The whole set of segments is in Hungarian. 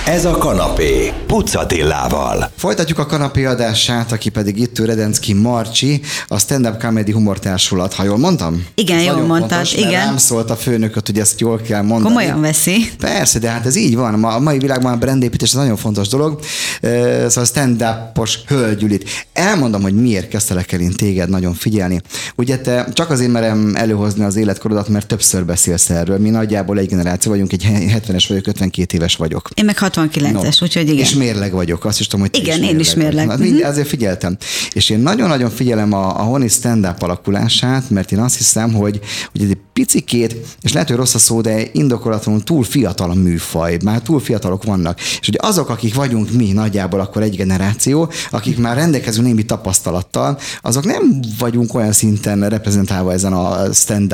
Ez a kanapé Puc Attilával. Folytatjuk a kanapé adását, aki pedig itt Redenszky Marcsi, a Stand-Up Comedy Humortársulat, ha jól mondtam? Igen, jól mondtad, fontos, igen. Rám szólt a főnököt, hogy ezt jól kell mondani. Komolyan veszi. Persze, de hát ez így van. A mai világban a brandépítés nagyon fontos dolog. Szóval stand-upos hölgyülit. Elmondom, hogy miért kezdtelek el én téged nagyon figyelni. Ugye te csak azért merem előhozni az életkorodat, mert többször beszélsz erről. Mi nagyjából egy generáció vagyunk, egy 70-es vagyok, 52 éves vagyok. Én meg 69-es, úgyhogy igen. És mérleg vagyok, azt is tudom, hogy te igen, is én is mérleg. Azért figyeltem. És én nagyon-nagyon figyelem a honi stand-up alakulását, mert én azt hiszem, hogy ez egy picikét, és lehet, hogy rossz a szó, de indokolatlanul túl fiatal a műfaj, már túl fiatalok vannak. És hogy azok, akik vagyunk mi nagyjából akkor egy generáció, akik már rendelkezünk némi tapasztalattal, azok nem vagyunk olyan szinten reprezentálva ezen a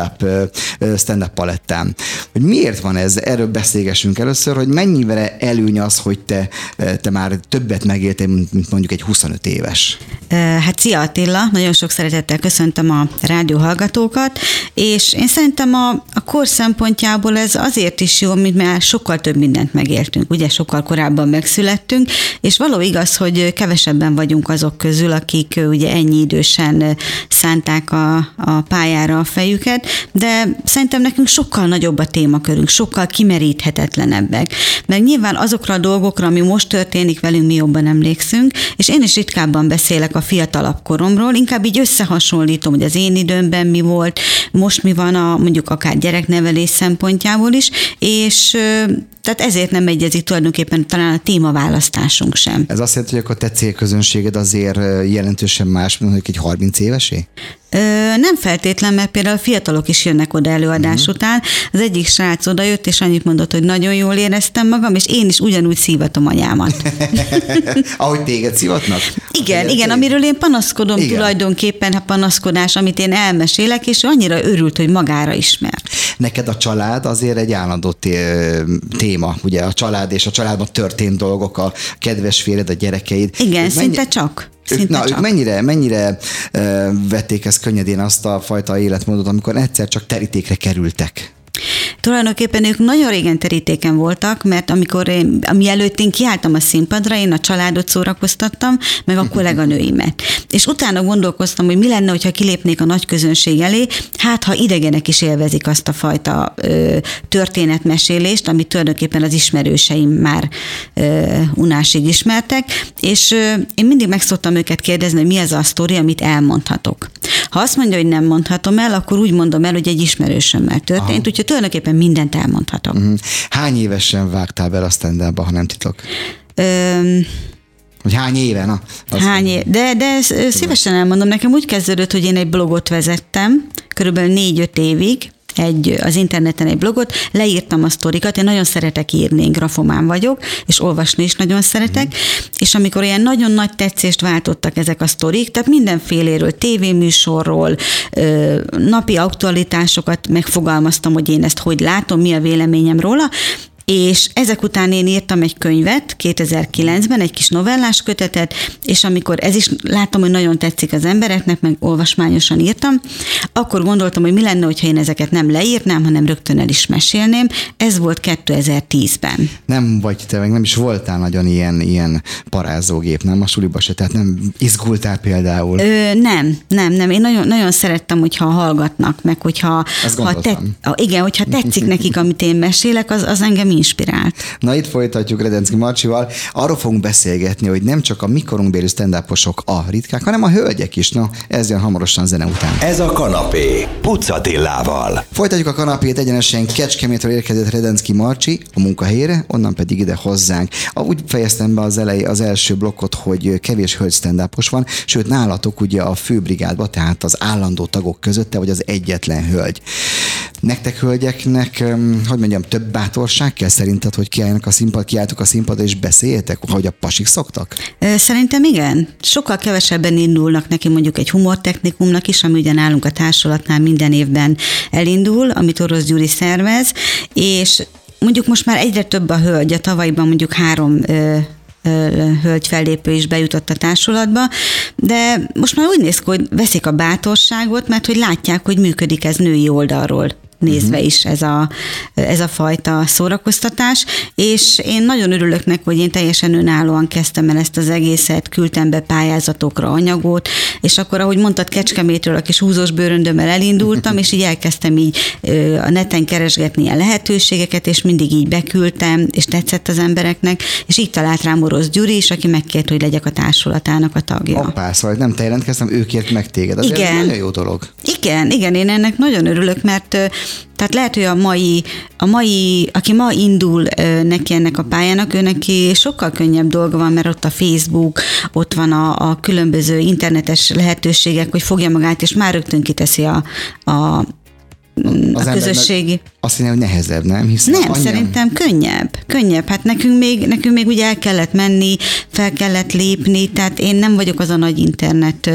stand-up palettán. Hogy miért van ez? Erről beszélgessünk először, hogy mennyire előny az, hogy te már többet megéltél, mint mondjuk egy 25 éves. Hát szia Attila, nagyon sok szeretettel köszöntöm a rádióhallgatókat, és én szerintem a kor szempontjából ez azért is jó, mint már sokkal több mindent megéltünk, ugye sokkal korábban megszülettünk, és való igaz, hogy kevesebben vagyunk azok közül, akik ugye ennyi idősen szánták a pályára a fejüket, de szerintem nekünk sokkal nagyobb a témakörünk, sokkal kimeríthetetlenebbek, meg nyilván azokra a dolgokra, ami most történik velünk, mi jobban emlékszünk, és én is ritkábban beszélek a fiatalabb koromról, inkább így összehasonlítom, hogy az én időmben mi volt, most mi van mondjuk akár gyereknevelés szempontjából is, és tehát ezért nem egyezik tulajdonképpen talán a témaválasztásunk sem. Ez azt jelenti, hogy akkor te célközönséged azért jelentősen más, mint mondjuk egy 30 évesé? Nem feltétlen, mert például fiatalok is jönnek oda előadás után. Az egyik srác oda jött, és annyit mondott, hogy nagyon jól éreztem magam, és én is ugyanúgy szívatom anyámat. Ahogy téged szívatnak? Igen, amiről én panaszkodom tulajdonképpen, a panaszkodás, amit én elmesélek, és annyira örült, hogy magára ismer. Neked a család azért egy állandó téma, ugye a család és a családban történt dolgok, a kedves férjed, a gyerekeid. Igen, szinte csak. Ők mennyire vették ezt könnyedén azt a fajta életmódot, amikor egyszer csak terítékre kerültek? Tulajdonképpen ők nagyon régen terítéken voltak, mert mielőtt én kiálltam a színpadra, én a családot szórakoztattam, meg a kolléganőimet. És utána gondolkoztam, hogy mi lenne, hogyha kilépnék a nagy közönség elé, hát ha idegenek is élvezik azt a fajta történetmesélést, amit tulajdonképpen az ismerőseim már unásig ismertek, és én mindig meg szoktam őket kérdezni, hogy mi az a sztori, amit elmondhatok. Ha azt mondja, hogy nem mondhatom el, akkor úgy mondom el, hogy egy ismerősömmel történt, úgyhogy tulajdonképpen mindent elmondhatok. Hány évesen vágtál be a stand-upba, ha nem titok? Hogy hány éve? Na, hány éve? De szívesen elmondom, nekem úgy kezdődött, hogy én egy blogot vezettem, körülbelül 4-5 évig, az interneten egy blogot, leírtam a sztorikat, én nagyon szeretek írni, én grafomán vagyok, és olvasni is nagyon szeretek, és amikor ilyen nagyon nagy tetszést váltottak ezek a sztorik, tehát mindenféléről, tévéműsorról, napi aktualitásokat megfogalmaztam, hogy én ezt hogy látom, mi a véleményem róla, és ezek után én írtam egy könyvet 2009-ben, egy kis novellás kötetet, és amikor ez is láttam, hogy nagyon tetszik az embereknek, meg olvasmányosan írtam, akkor gondoltam, hogy mi lenne, hogyha én ezeket nem leírnám, hanem rögtön el is mesélném. Ez volt 2010-ben. Nem vagy te, meg nem is voltál nagyon ilyen parázógép, nem a suliba se, tehát nem izgultál például? Nem. Én nagyon szerettem, hogyha hallgatnak, meg hogyha hogyha tetszik nekik, amit én mesélek, az engem inspirált. Na itt folytatjuk Redenszky Marcsival. Arról fogunk beszélgetni, hogy nem csak a mi korunkbéli stand-uposok a ritkák, hanem a hölgyek is. Na, ez jön hamarosan zene után. Ez a kanapé Puc Attilával. Folytatjuk a kanapét, egyenesen Kecskemétről érkezett Redenszky Marcsi a munkahelyére, onnan pedig ide hozzánk. Úgy fejeztem be az első blokkot, hogy kevés hölgy stand-upos van, sőt nálatok ugye a főbrigádban, tehát az állandó tagok között te vagy az egyetlen hölgy. Nektek hölgyeknek, hogy mondjam, több bátorság kell szerinted, hogy kiálltok a színpadra és beszéljetek, ahogy a pasik szoktak? Szerintem igen. Sokkal kevesebben indulnak neki mondjuk egy humortechnikumnak is, ami ugye nálunk a társulatnál minden évben elindul, amit Orosz Gyuri szervez, és mondjuk most már egyre több a hölgy, a tavalyban mondjuk 3 hölgy fellépő is bejutott a társulatba, de most már úgy néz ki, hogy veszik a bátorságot, mert hogy látják, hogy működik ez női oldalról. nézve is ez a fajta szórakoztatás, és én nagyon örülök neki, hogy én teljesen önállóan kezdtem el ezt az egészet, küldtem be pályázatokra anyagot, és akkor, ahogy mondtad, Kecskemétről a kis húzós bőröndömmel elindultam, és így elkezdtem így a neten keresgetni a lehetőségeket, és mindig így beküldtem, és tetszett az embereknek, és így talált rám Orosz Gyuri is, aki megkért, hogy legyek a társulatának a tagja. Hoppá, szóval nem te jelentkeztem, ő kért meg téged. Ez egy nagyon jó dolog. Igen, én ennek nagyon örülök, mert tehát lehet, hogy a mai, aki ma indul neki ennek a pályának, ő neki sokkal könnyebb dolga van, mert ott a Facebook, ott van a különböző internetes lehetőségek, hogy fogja magát, és már rögtön kiteszi a közösségi. Azt mondja, hogy nehezebb, nem? Hiszen nem, szerintem könnyebb. Hát nekünk még ugye el kellett menni, fel kellett lépni, tehát én nem vagyok az a nagy internet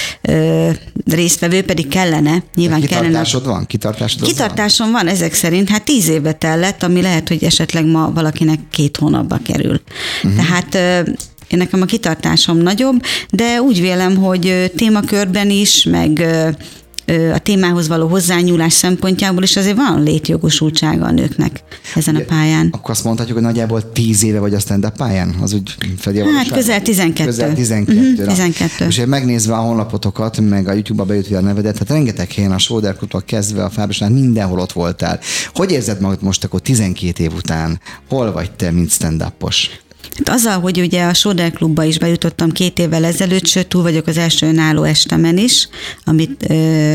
résztvevő, pedig kellene. Nyilván kitartásod van? Kitartásom van ezek szerint. Hát 10 éve tellett, ami lehet, hogy esetleg ma valakinek 2 hónapba kerül. Tehát én nekem a kitartásom nagyobb, de úgy vélem, hogy témakörben is, meg a témához való hozzányúlás szempontjából is azért van létjogosultsága a nőknek ezen a pályán. Akkor azt mondhatjuk, hogy nagyjából 10 éve vagy a stand-up pályán? Az úgy fedi a Hát közel 12. Közel 12. 12. És megnézve a honlapotokat, meg a YouTube-ba beütve a nevedet, hát rengeteg helyen a Sóder Klubtól kezdve a Fábrosnál mindenhol ott voltál. Hogy érzed magad most akkor 12 év után? Hol vagy te, mint stand-upos? Hát azzal, hogy ugye a Sóder Klubba is bejutottam 2 évvel ezelőtt, sőt, túl vagyok az első önálló estemen is, amit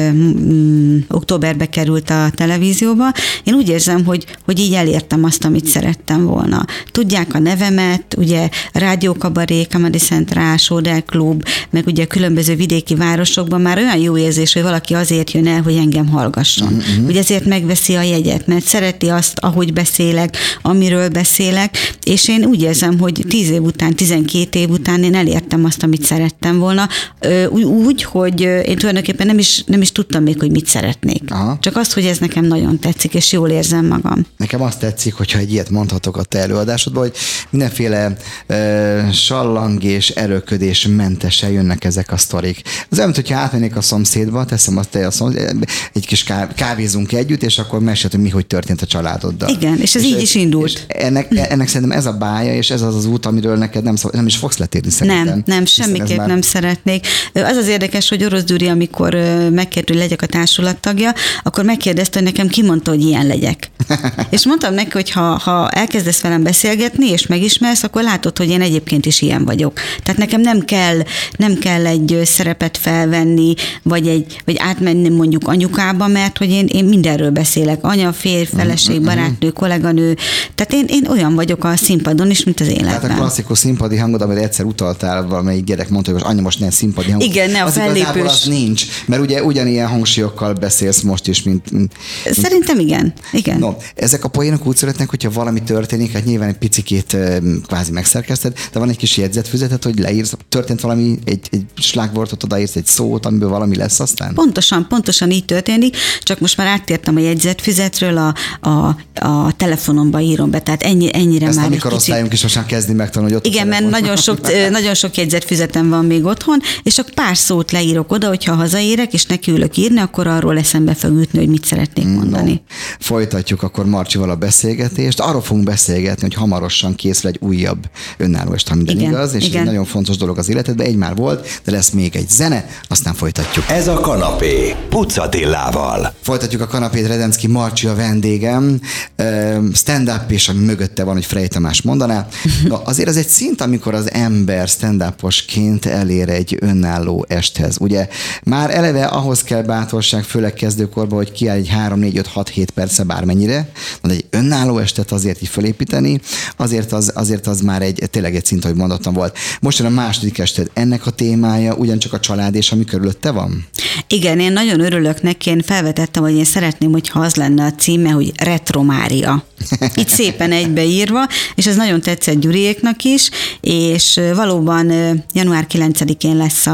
októberbe került a televízióba. Én úgy érzem, hogy így elértem azt, amit szerettem volna. Tudják a nevemet, ugye Rádió Kabaré, Comedy Central, Sóder Klub, meg ugye különböző vidéki városokban már olyan jó érzés, hogy valaki azért jön el, hogy engem hallgasson. Hogy ezért megveszi a jegyet, mert szereti azt, ahogy beszélek, amiről beszélek, és én úgy érzem, hogy 10 év után, 12 év után én elértem azt, amit szerettem volna. Úgy, hogy én tulajdonképpen nem is tudtam még, hogy mit szeretnék. Aha. Csak azt, hogy ez nekem nagyon tetszik, és jól érzem magam. Nekem azt tetszik, hogyha egy ilyet mondhatok a te előadásodban, hogy mindenféle sallang és erőködés mentesen jönnek ezek a sztorik. Az olyan, hogyha átmennék a szomszédba, teszem azt, egy kis kávézunk együtt, és akkor mesélt, hogy mi hogy történt a családoddal. Igen, és ez így is indult. Ennek szerintem ez a bája, és ez az út, amiről neked nem is fogsz letérni szerintem. Nem, semmiképp nem szeretnék. Az érdekes, hogy Orosz Gyuri, amikor megkért, hogy legyek a társulat tagja, akkor megkérdezte, hogy nekem ki mondta, hogy ilyen legyek. És mondtam neki, hogy ha elkezdesz velem beszélgetni, és megismersz, akkor látod, hogy én egyébként is ilyen vagyok. Tehát nekem nem kell egy szerepet felvenni, vagy átmenni mondjuk anyukába, mert hogy én mindenről beszélek. Anya, férj, feleség, barátnő, kolléganő. Tehát én olyan vagyok a színpadon is, mint az életben. Tehát a klasszikus színpadi hangod, amire egyszer utaltál, valamelyik gyerek mondta, hogy most anya, most ne színpadi hangod. Igen, ne a fellépős. Az nincs, mert ugye ugyanilyen hangsúlyokkal beszélsz most is, mint... Szerintem igen. No, ezek a poénok úgy születnek, hogyha valami történik, hát nyilván egy picikét kvázi megszerkeszted, de van egy kis jegyzetfüzetet, hogy leírsz, történt valami, egy slágvortot odaírsz, egy szót, amiből valami lesz aztán? Pontosan így történik, csak most már áttértem a jegyzetfüzetről, a telefonomba írom be, tehát ennyire ezt már egy kicsit... is most kezdni megtanulni, hogy ott igen, mert nagyon sok jegyzetfüzetem van még otthon, és csak pár szót leírok oda, hogyha hazaérek, és nekiülök írni, akkor arról eszembe fog jutni, hogy mit szeretnék mondani. No. Folytatjuk akkor Marcsival a beszélgetést. Arról fogunk beszélgetni, hogy hamarosan készül egy újabb önálló est, ha minden igaz, és ez egy nagyon fontos dolog az életedben. Egy már volt, de lesz még egy zene, aztán folytatjuk. Ez a kanapé Puc Attilával. Folytatjuk a kanapét, Redenszky Marcsi a vendégem. Stand-up, és ami mögötte van, hogy Frey Tamás mondaná. No, azért ez egy szint, amikor az ember stand-uposként elér egy önálló esthez. Ugye már eleve ahhoz kell bátorság, főleg kezdőkorban, hogy kiáll egy 3, 4, 5, 6, 7 perce bármennyire, de egy önálló estet azért így fölépíteni, azért az már tényleg egy szint, ahogy mondottam volt. Most jön a második ested. Ennek a témája ugyancsak a család és ami körülötte van? Igen, én nagyon örülök neki, én felvetettem, hogy én szeretném, hogyha az lenne a címe, hogy Retromária. Itt szépen egybeírva, és ez nagyon tetszett Gyuriéknak is, és valóban január 9-én lesz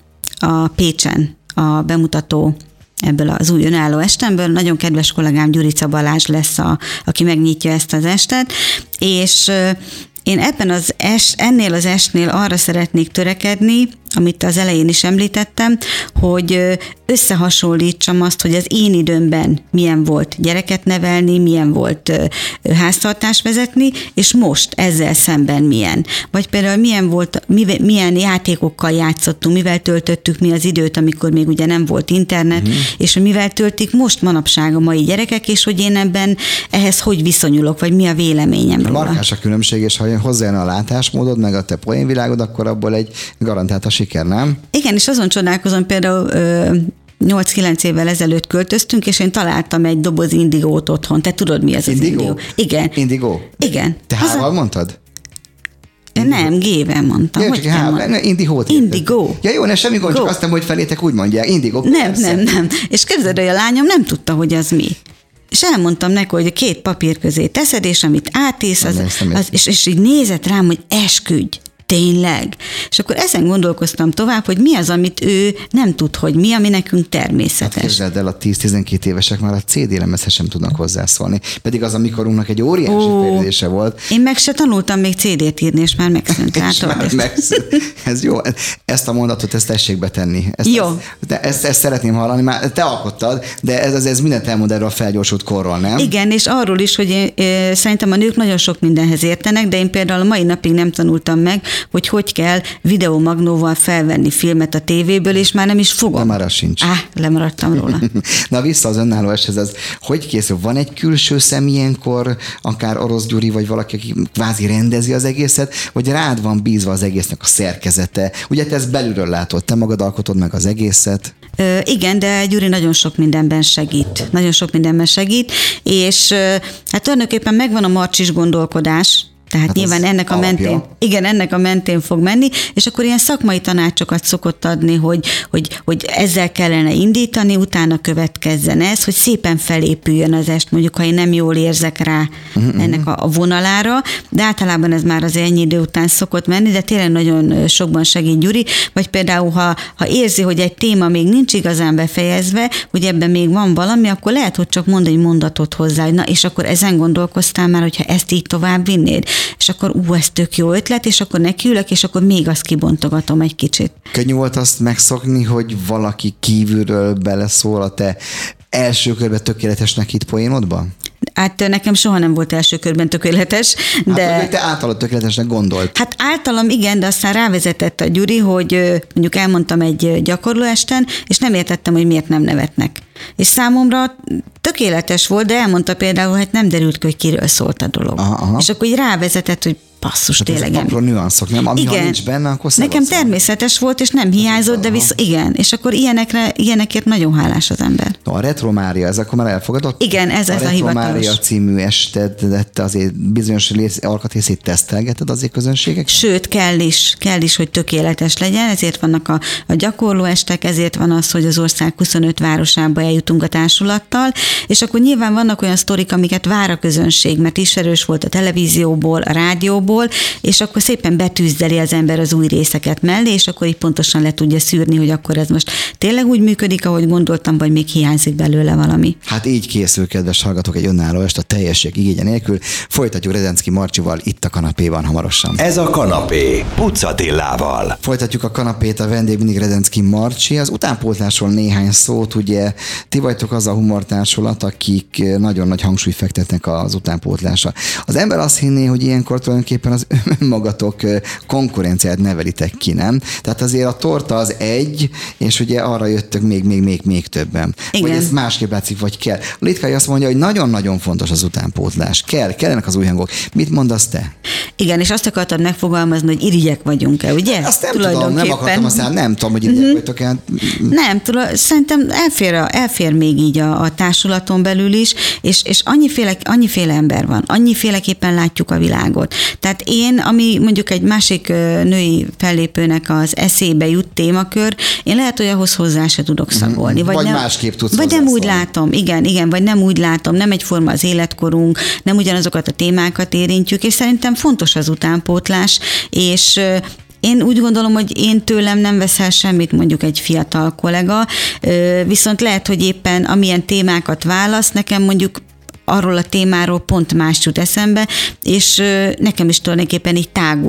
a Pécsen a bemutató ebből az új önálló estemből. Nagyon kedves kollégám Gyurica Balázs lesz, aki megnyitja ezt az estet, és én ennél az estnél arra szeretnék törekedni, amit az elején is említettem, hogy összehasonlítsam azt, hogy az én időmben milyen volt gyereket nevelni, milyen volt háztartást vezetni, és most ezzel szemben milyen. Vagy például milyen játékokkal játszottunk, mivel töltöttük mi az időt, amikor még ugye nem volt internet, és mivel töltik most manapság a mai gyerekek, és hogy én ebben ehhez hogy viszonyulok, vagy mi a véleményem róla. Markás a különbség, és ha hozzájön a látásmódod, meg a te poénvilágod, akkor abból egy garantált a siker, nem? Igen, és azon csodálkozom, például 8-9 évvel ezelőtt költöztünk, és én találtam egy doboz indigót otthon. Te tudod, mi az indigó? Igen. Indigó? Igen. Te hával mondtad? Nem, G-vel mondtam. Ja, hogy indigót. Indigó. Ja jó, ne semmi gond, csak azt nem, hogy felétek úgy mondják. Indigó. Nem. És képzeld, hogy a lányom nem tudta, hogy az mi. És elmondtam neki, hogy 2 papír közé teszed, és amit átész, és így nézett rám, hogy esküdj. Tényleg. És akkor ezen gondolkoztam tovább, hogy mi az, amit ő nem tud, hogy mi, ami nekünk természetes. Hát képzeld el, a 10-12 évesek már a CD lemezhez sem tudnak hozzászólni. Pedig az a mikorunknak egy óriási fejlődése volt. Én meg se tanultam még CD-t írni, és már megszűnt. Ez jó. Ezt a mondatot, ezt tessék betenni. Jó. Ezt szeretném hallani. Már te alkottad, de ez mindent elmond erről a felgyorsult korról, nem? Igen, és arról is, hogy szerintem a nők nagyon sok mindenhez értenek, de én például a mai napig nem tanultam meg, hogy kell videómagnóval felvenni filmet a tévéből, és már nem is fogom. De már az sincs. Lemaradtam róla. Na vissza az önálló eshez, ez hogy készül? Van egy külső szem ilyenkor, akár Orosz Gyuri, vagy valaki, aki kvázi rendezi az egészet, vagy rád van bízva az egésznek a szerkezete? Ugye te ezt belülről látod, te magad alkotod meg az egészet. Igen, de Gyuri nagyon sok mindenben segít, és hát tulajdonképpen megvan a marcsis gondolkodás, tehát hát nyilván ennek a mentén fog menni, és akkor ilyen szakmai tanácsokat szokott adni, hogy ezzel kellene indítani, utána következzen ez, hogy szépen felépüljön az est, mondjuk, ha én nem jól érzek rá ennek a vonalára, de általában ez már az ennyi idő után szokott menni, de tényleg nagyon sokban segít Gyuri, vagy például, ha érzi, hogy egy téma még nincs igazán befejezve, hogy ebben még van valami, akkor lehet, hogy csak mond egy mondatot hozzá, na és akkor ezen gondolkoztál már, hogyha ezt így tovább vinnéd, és akkor ez tök jó ötlet, és akkor nekiülök, és akkor még azt kibontogatom egy kicsit. Könnyű volt azt megszokni, hogy valaki kívülről beleszól a te első körben tökéletesnek hitt poénodba? Hát nekem soha nem volt első körben tökéletes, de... Hát, te általad tökéletesnek gondolt. Hát általam igen, de aztán rávezetett a Gyuri, hogy mondjuk elmondtam egy gyakorlóesten, és nem értettem, hogy miért nem nevetnek. És számomra tökéletes volt, de elmondta például, hogy nem derült ki, hogy kiről szólt a dolog. Aha. És akkor így rávezetett, hogy basszus, hát tényleg. Apró nüanszok, nem? Ami ha nincs benne, akkor nekem természetes volt, és nem hiányzott, de igen. És akkor ilyenekért nagyon hálás az ember. No, a Retro Mária, ez akkor már elfogadott? Igen, ez a hivatalos. A Retro Mária című estet azért bizonyos alkatrészét tesztelgeted azért közönségek? Sőt, kell is, hogy tökéletes legyen, ezért vannak a gyakorló estek, ezért van az, hogy az ország 25 városába eljutunk a társulattal, és akkor nyilván vannak olyan sztorik, amiket vár a közönség, mert ismerős volt a televízióból, a rádióból, és akkor szépen betűzdeli az ember az új részeket mellé, és akkor így pontosan le tudja szűrni, hogy akkor ez most tényleg úgy működik, ahogy gondoltam, vagy még hiányzik belőle valami. Hát így készül, kedves hallgatók, egy önálló est a teljesség igénye nélkül. Folytatjuk Redenszky Marcsival itt a kanapéban hamarosan. Ez a kanapé Puc Attilával. Folytatjuk a kanapét, a vendég mindig Redenszky Marcsi. Az utánpótlásról néhány szót, ugye ti vagytok az a humortársulat, akik nagyon nagy hangsúlyt fektetnek az utánpótlásra. Az ember azt hinné, hogy ilyenkor tulajdonképpen az önmagatok konkurenciát nevelitek ki, nem? Tehát azért a torta az egy, és ugye arra jöttök még többen. Igen. Vagy ez másképp látszik, vagy kell. A Litkai azt mondja, hogy nagyon-nagyon fontos az utánpótlás. Kellenek az új hangok. Mit mondasz te? Igen, és azt akartad megfogalmazni, hogy irigyek vagyunk-e, ugye? Azt nem tudom, nem akartam, aztán nem tudom, hogy irigyek vagytok-e. Nem, szerintem elfér még így a társulaton belül is, és annyiféle ember van, annyiféleképpen látjuk a világot. Tehát én, ami mondjuk egy másik női fellépőnek az eszébe jut témakör, én lehet, hogy ahhoz hozzá se tudok szagolni. Vagy másképp tudsz vagy nem úgy látom, igen, vagy nem úgy látom, nem egyforma az életkorunk, nem ugyanazokat a témákat érintjük, és szerintem fontos az utánpótlás, és én úgy gondolom, hogy én tőlem nem veszel semmit mondjuk egy fiatal kollega, viszont lehet, hogy éppen amilyen témákat válasz, nekem mondjuk arról a témáról pont más jut eszembe, és nekem is tulajdonképpen így tágul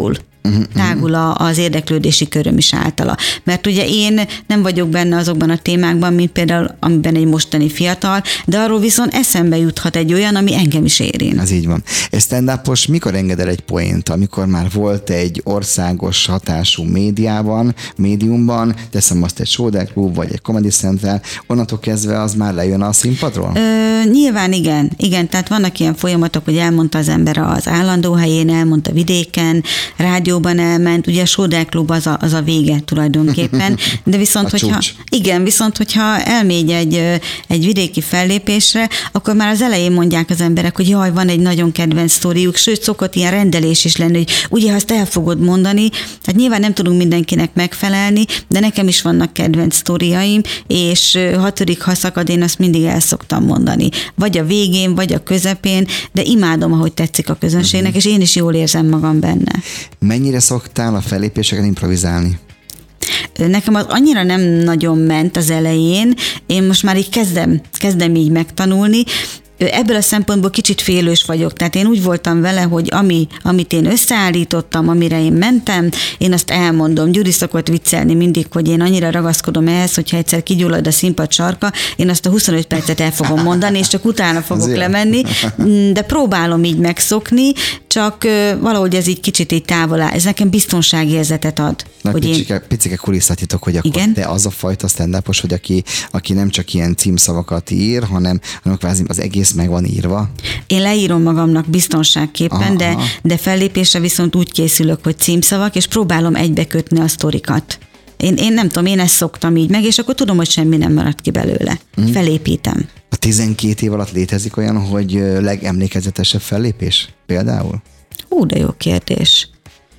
tágul az érdeklődési köröm is általa. Mert ugye én nem vagyok benne azokban a témákban, mint például amiben egy mostani fiatal, de arról viszont eszembe juthat egy olyan, ami engem is érint. Ez így van. És stand-upos mikor enged el egy poént? Amikor már volt egy országos hatású médiumban, teszem azt egy Sóder Klub, vagy egy Comedy Central, onnantól kezdve az már lejön a színpadról? Nyilván igen, tehát vannak ilyen folyamatok, hogy elmondta az ember az állandó helyén, elmondta vidéken, rádióban elment, ugye a Sóder Klub az a vége tulajdonképpen, de viszont, hogyha elmegy egy vidéki fellépésre, akkor már az elején mondják az emberek, hogy jaj, van egy nagyon kedvenc sztoriuk, sőt, szokott ilyen rendelés is lenni, hogy ugye azt el fogod mondani, hát nyilván nem tudunk mindenkinek megfelelni, de nekem is vannak kedvenc sztoriaim, és 6. ha szakad, én azt mindig el szoktam mondani. Vagy a végén, vagy a közepén, de imádom, ahogy tetszik a közönségnek, és én is jól érzem magam benne. Mennyire szoktál a fellépéseken improvizálni? Nekem az annyira nem nagyon ment az elején, én most már így kezdem így megtanulni. Ebből a szempontból kicsit félős vagyok, tehát én úgy voltam vele, hogy amit én összeállítottam, amire én mentem, én azt elmondom. Gyuri szokott viccelni mindig, hogy én annyira ragaszkodom ehhez, hogyha egyszer kigyullad a színpad sarka, én azt a 25 percet el fogom mondani, és csak utána fogok lemenni, de próbálom így megszokni, csak valahogy ez így kicsit így távol áll. Ez nekem biztonságérzetet ad. Picike kulisszatitok, hogy akkor te az a fajta stand-upos, hogy aki nem csak ilyen címszavakat ír, hanem kvázi az egész meg van írva? Én leírom magamnak biztonságképpen, de fellépésre viszont úgy készülök, hogy címszavak, és próbálom egybekötni a sztorikat. Én nem tudom, én ezt szoktam így meg, és akkor tudom, hogy semmi nem maradt ki belőle. Felépítem. A 12 év alatt létezik olyan, hogy legemlékezetesebb fellépés például? De jó kérdés.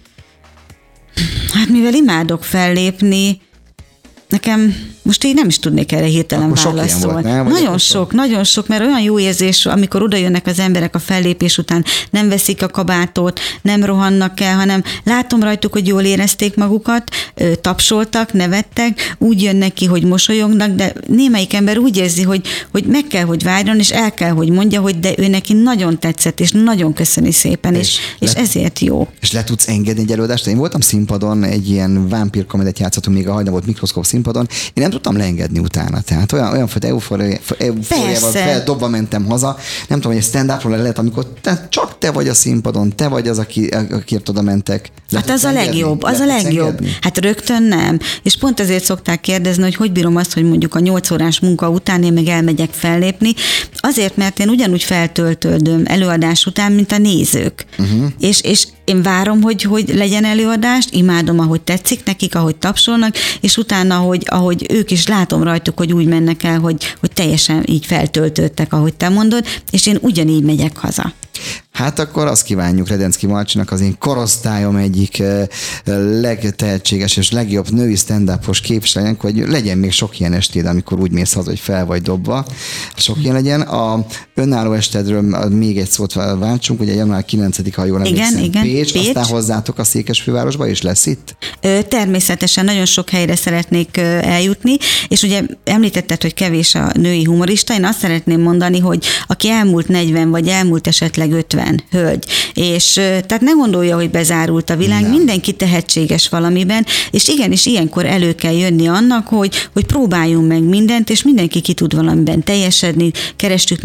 Hát mivel imádok fellépni, nekem most így nem is tudnék erre hirtelen válaszolni. Nagyon sok, mert olyan jó érzés, amikor oda jönnek az emberek a fellépés után, nem veszik a kabátot, nem rohannak el, hanem látom rajtuk, hogy jól érezték magukat, tapsoltak, nevettek, úgy jönnek ki, hogy mosolyognak, de némelyik ember úgy érzi, hogy meg kell, hogy várjon, és el kell, hogy mondja, hogy de ő neki nagyon tetszett, és nagyon köszöni szépen, és ezért jó. És le tudsz engedni egy előadást? Én voltam színpadon, egy ilyen vámpírkomediát játszottunk, még a hajnal volt mikroszkóp színpadon, én nem tudtam leengedni utána. Tehát olyan fajta eufóriával feldobva mentem haza. Nem tudom, hogy egy stand-upról lehet, amikor csak te vagy a színpadon, te vagy az, akiért oda mentek. Hát az a legjobb, Hát rögtön nem. És pont ezért szokták kérdezni, hogy bírom azt, hogy mondjuk a 8 órás munka után én meg elmegyek fellépni. Azért, mert én ugyanúgy feltöltődöm előadás után, mint a nézők. És én várom, hogy legyen előadást, imádom, ahogy tetszik nekik, ahogy tapsolnak, és utána, ahogy ők is látom rajtuk, hogy úgy mennek el, hogy teljesen így feltöltődtek, ahogy te mondod, és én ugyanígy megyek haza. Hát akkor azt kívánjuk Redenszky Marcsinak, az én korosztályom egyik legtehetséges és legjobb női stand-upos képviselőnek, hogy legyen még sok ilyen estéd, amikor úgy mész haza, hogy fel vagy dobva. Sok ilyen legyen. A önálló estedről még egy szót váltsunk, ugye január 9-a, ha jól emlékszem, Pécs, aztán hozzátok a Székesfővárosba, és lesz itt? Természetesen nagyon sok helyre szeretnék eljutni, és ugye említetted, hogy kevés a női humorista, én azt szeretném mondani, hogy aki elmúlt 40, vagy elmúlt esetleg 50 hölgy, és tehát ne gondolja, hogy bezárult a világ, mindenki tehetséges valamiben, és igenis ilyenkor elő kell jönni annak, hogy próbáljunk meg mindent, és mindenki ki tud valamiben teljesedni, kerestük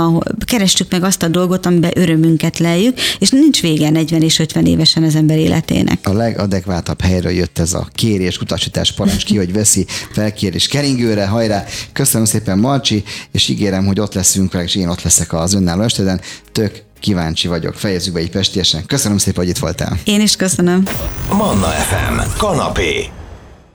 meg azt a dolgot, amiben örömünket leljük, és nincs vége 40 és 50 évesen az ember életének. A legadekvátabb helyről jött ez a kérés, utasítás parancs, ki, hogy veszi, felkérés keringőre, hajrá. Köszönöm szépen, Marcsi, és ígérem, hogy ott leszünk, és én ott leszek az önálló esteden. Tök kíváncsi vagyok. Fejezzük be így pestiesen. Köszönöm szépen, hogy itt voltál. Én is köszönöm. Manna FM. Kanapé.